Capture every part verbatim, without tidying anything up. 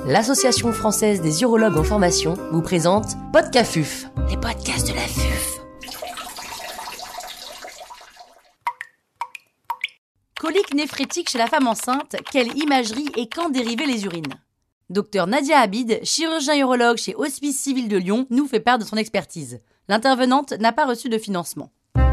l'Association française des urologues en formation vous présente Podcafuf, les podcasts de la F U F. Colique néphrétique chez la femme enceinte, quelle imagerie et quand dériver les urines? Docteur Nadia Habid, chirurgien urologue chez Hospice Civil de Lyon, nous fait part de son expertise. L'intervenante n'a pas reçu de financement.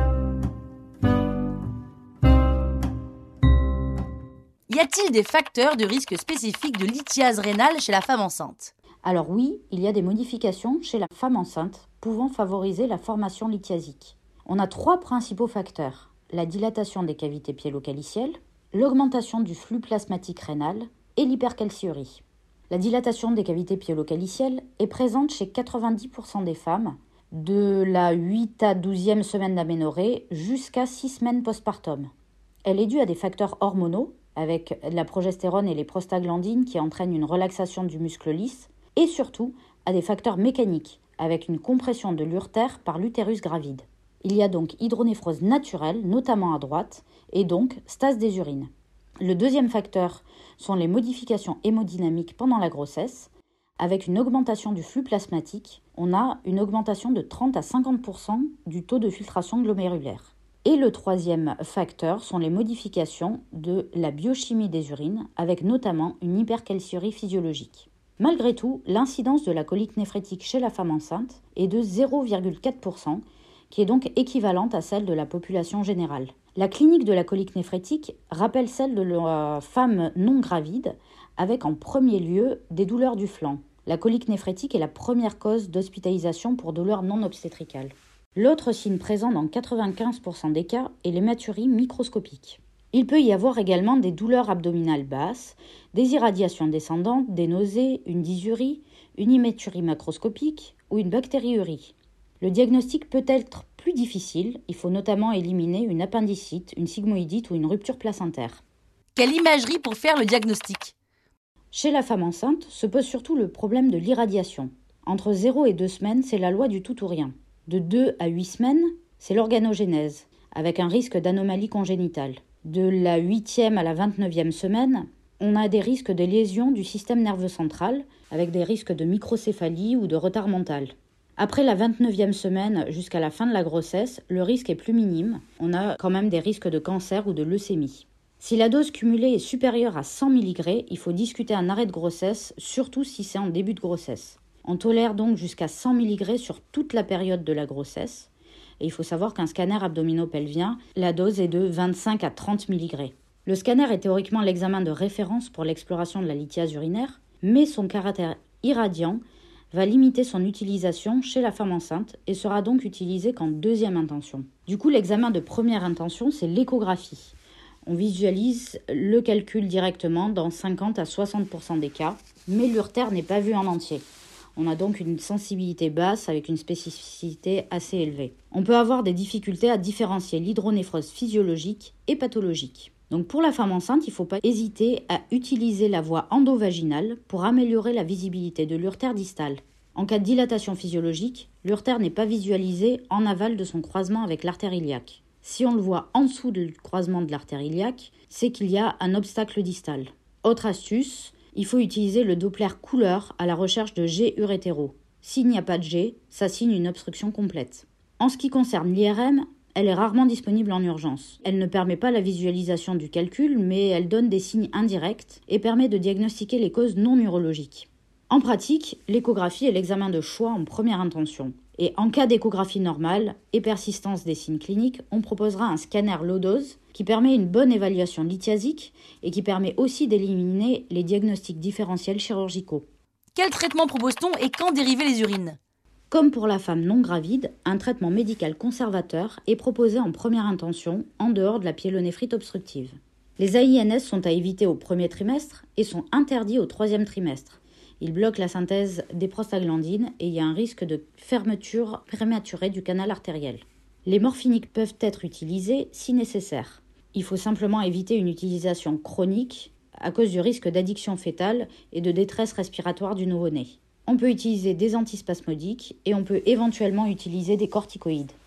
Y a-t-il des facteurs de risque spécifiques de lithiase rénale chez la femme enceinte? Alors oui, il y a des modifications chez la femme enceinte pouvant favoriser la formation lithiasique. On a trois principaux facteurs: la dilatation des cavités piélo-calicielles, l'augmentation du flux plasmatique rénal et l'hypercalciurie. La dilatation des cavités piélo-calicielles est présente chez quatre-vingt-dix pour cent des femmes, de la huit à douzième semaine d'aménorrhée jusqu'à six semaines postpartum. Elle est due à des facteurs hormonaux, avec la progestérone et les prostaglandines qui entraînent une relaxation du muscle lisse, et surtout à des facteurs mécaniques, avec une compression de l'urtère par l'utérus gravide. Il y a donc hydronéphrose naturelle, notamment à droite, et donc stase des urines. Le deuxième facteur sont les modifications hémodynamiques pendant la grossesse. Avec une augmentation du flux plasmatique, on a une augmentation de trente à cinquante pour cent du taux de filtration glomérulaire. Et le troisième facteur sont les modifications de la biochimie des urines, avec notamment une hypercalciurie physiologique. Malgré tout, l'incidence de la colique néphrétique chez la femme enceinte est de zéro virgule quatre pour cent, qui est donc équivalente à celle de la population générale. La clinique de la colique néphrétique rappelle celle de la femme non gravide, avec en premier lieu des douleurs du flanc. La colique néphrétique est la première cause d'hospitalisation pour douleurs non obstétricales. L'autre signe présent dans quatre-vingt-quinze pour cent des cas est l'hématurie microscopique. Il peut y avoir également des douleurs abdominales basses, des irradiations descendantes, des nausées, une dysurie, une hématurie macroscopique ou une bactériurie. Le diagnostic peut être plus difficile, il faut notamment éliminer une appendicite, une sigmoïdite ou une rupture placentaire. Quelle imagerie pour faire le diagnostic? Chez la femme enceinte se pose surtout le problème de l'irradiation. Entre zéro et deux semaines, c'est la loi du tout ou rien. De deux à huit semaines, c'est l'organogénèse, avec un risque d'anomalie congénitale. De la huitième à la vingt-neuvième semaine, on a des risques de lésions du système nerveux central, avec des risques de microcéphalie ou de retard mental. Après la vingt-neuvième semaine jusqu'à la fin de la grossesse, le risque est plus minime. On a quand même des risques de cancer ou de leucémie. Si la dose cumulée est supérieure à cent milligrammes, il faut discuter un arrêt de grossesse, surtout si c'est en début de grossesse. On tolère donc jusqu'à cent milligrammes sur toute la période de la grossesse. Et il faut savoir qu'un scanner abdominopelvien, la dose est de vingt-cinq à trente milligrammes. Le scanner est théoriquement l'examen de référence pour l'exploration de la lithiase urinaire, mais son caractère irradiant va limiter son utilisation chez la femme enceinte et sera donc utilisé qu'en deuxième intention. Du coup, l'examen de première intention, c'est l'échographie. On visualise le calcul directement dans cinquante à soixante pour cent des cas, mais l'urtère n'est pas vu en entier. On a donc une sensibilité basse avec une spécificité assez élevée. On peut avoir des difficultés à différencier l'hydronéphrose physiologique et pathologique. Donc pour la femme enceinte, il ne faut pas hésiter à utiliser la voie endovaginale pour améliorer la visibilité de l'urtère distale. En cas de dilatation physiologique, l'urtère n'est pas visualisé en aval de son croisement avec l'artère iliaque. Si on le voit en dessous du croisement de l'artère iliaque, c'est qu'il y a un obstacle distal. Autre astuce, il faut utiliser le Doppler couleur à la recherche de G urétéro. S'il n'y a pas de G, ça signe une obstruction complète. En ce qui concerne l'I R M, elle est rarement disponible en urgence. Elle ne permet pas la visualisation du calcul, mais elle donne des signes indirects et permet de diagnostiquer les causes non neurologiques. En pratique, l'échographie est l'examen de choix en première intention. Et en cas d'échographie normale et persistance des signes cliniques, on proposera un scanner low-dose qui permet une bonne évaluation lithiasique et qui permet aussi d'éliminer les diagnostics différentiels chirurgicaux. Quel traitement propose-t-on et quand dériver les urines? Comme pour la femme non gravide, un traitement médical conservateur est proposé en première intention en dehors de la pyélonéphrite obstructive. Les A I N S sont à éviter au premier trimestre et sont interdits au troisième trimestre. Ils bloquent la synthèse des prostaglandines et il y a un risque de fermeture prématurée du canal artériel. Les morphiniques peuvent être utilisés si nécessaire. Il faut simplement éviter une utilisation chronique à cause du risque d'addiction fœtale et de détresse respiratoire du nouveau-né. On peut utiliser des antispasmodiques et on peut éventuellement utiliser des corticoïdes.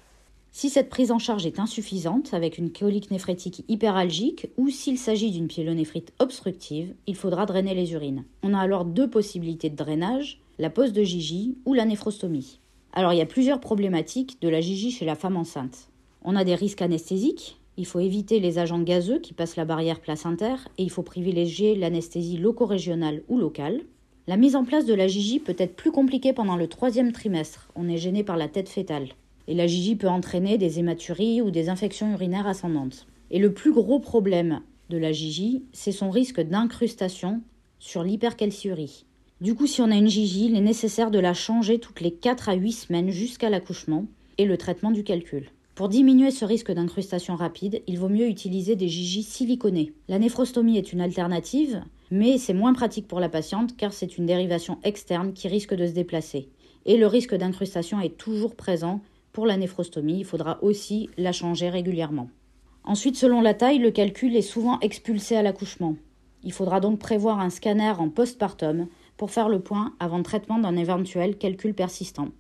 Si cette prise en charge est insuffisante, avec une colique néphrétique hyperalgique, ou s'il s'agit d'une pyélonéphrite obstructive, il faudra drainer les urines. On a alors deux possibilités de drainage, la pose de J J ou la néphrostomie. Alors il y a plusieurs problématiques de la J J chez la femme enceinte. On a des risques anesthésiques, il faut éviter les agents gazeux qui passent la barrière placentaire et il faut privilégier l'anesthésie loco-régionale ou locale. La mise en place de la J J peut être plus compliquée pendant le troisième trimestre, on est gêné par la tête fœtale. Et la J J peut entraîner des hématuries ou des infections urinaires ascendantes. Et le plus gros problème de la J J, c'est son risque d'incrustation sur l'hypercalciurie. Du coup, si on a une J J, il est nécessaire de la changer toutes les quatre à huit semaines jusqu'à l'accouchement et le traitement du calcul. Pour diminuer ce risque d'incrustation rapide, il vaut mieux utiliser des J J siliconés. La néphrostomie est une alternative, mais c'est moins pratique pour la patiente car c'est une dérivation externe qui risque de se déplacer. Et le risque d'incrustation est toujours présent. Pour la néphrostomie, il faudra aussi la changer régulièrement. Ensuite, selon la taille, le calcul est souvent expulsé à l'accouchement. Il faudra donc prévoir un scanner en postpartum pour faire le point avant le traitement d'un éventuel calcul persistant.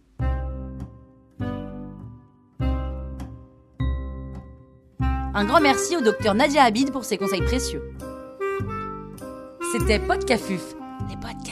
Un grand merci au docteur Nadia Habid pour ses conseils précieux. C'était Podcafuf, les podcasts.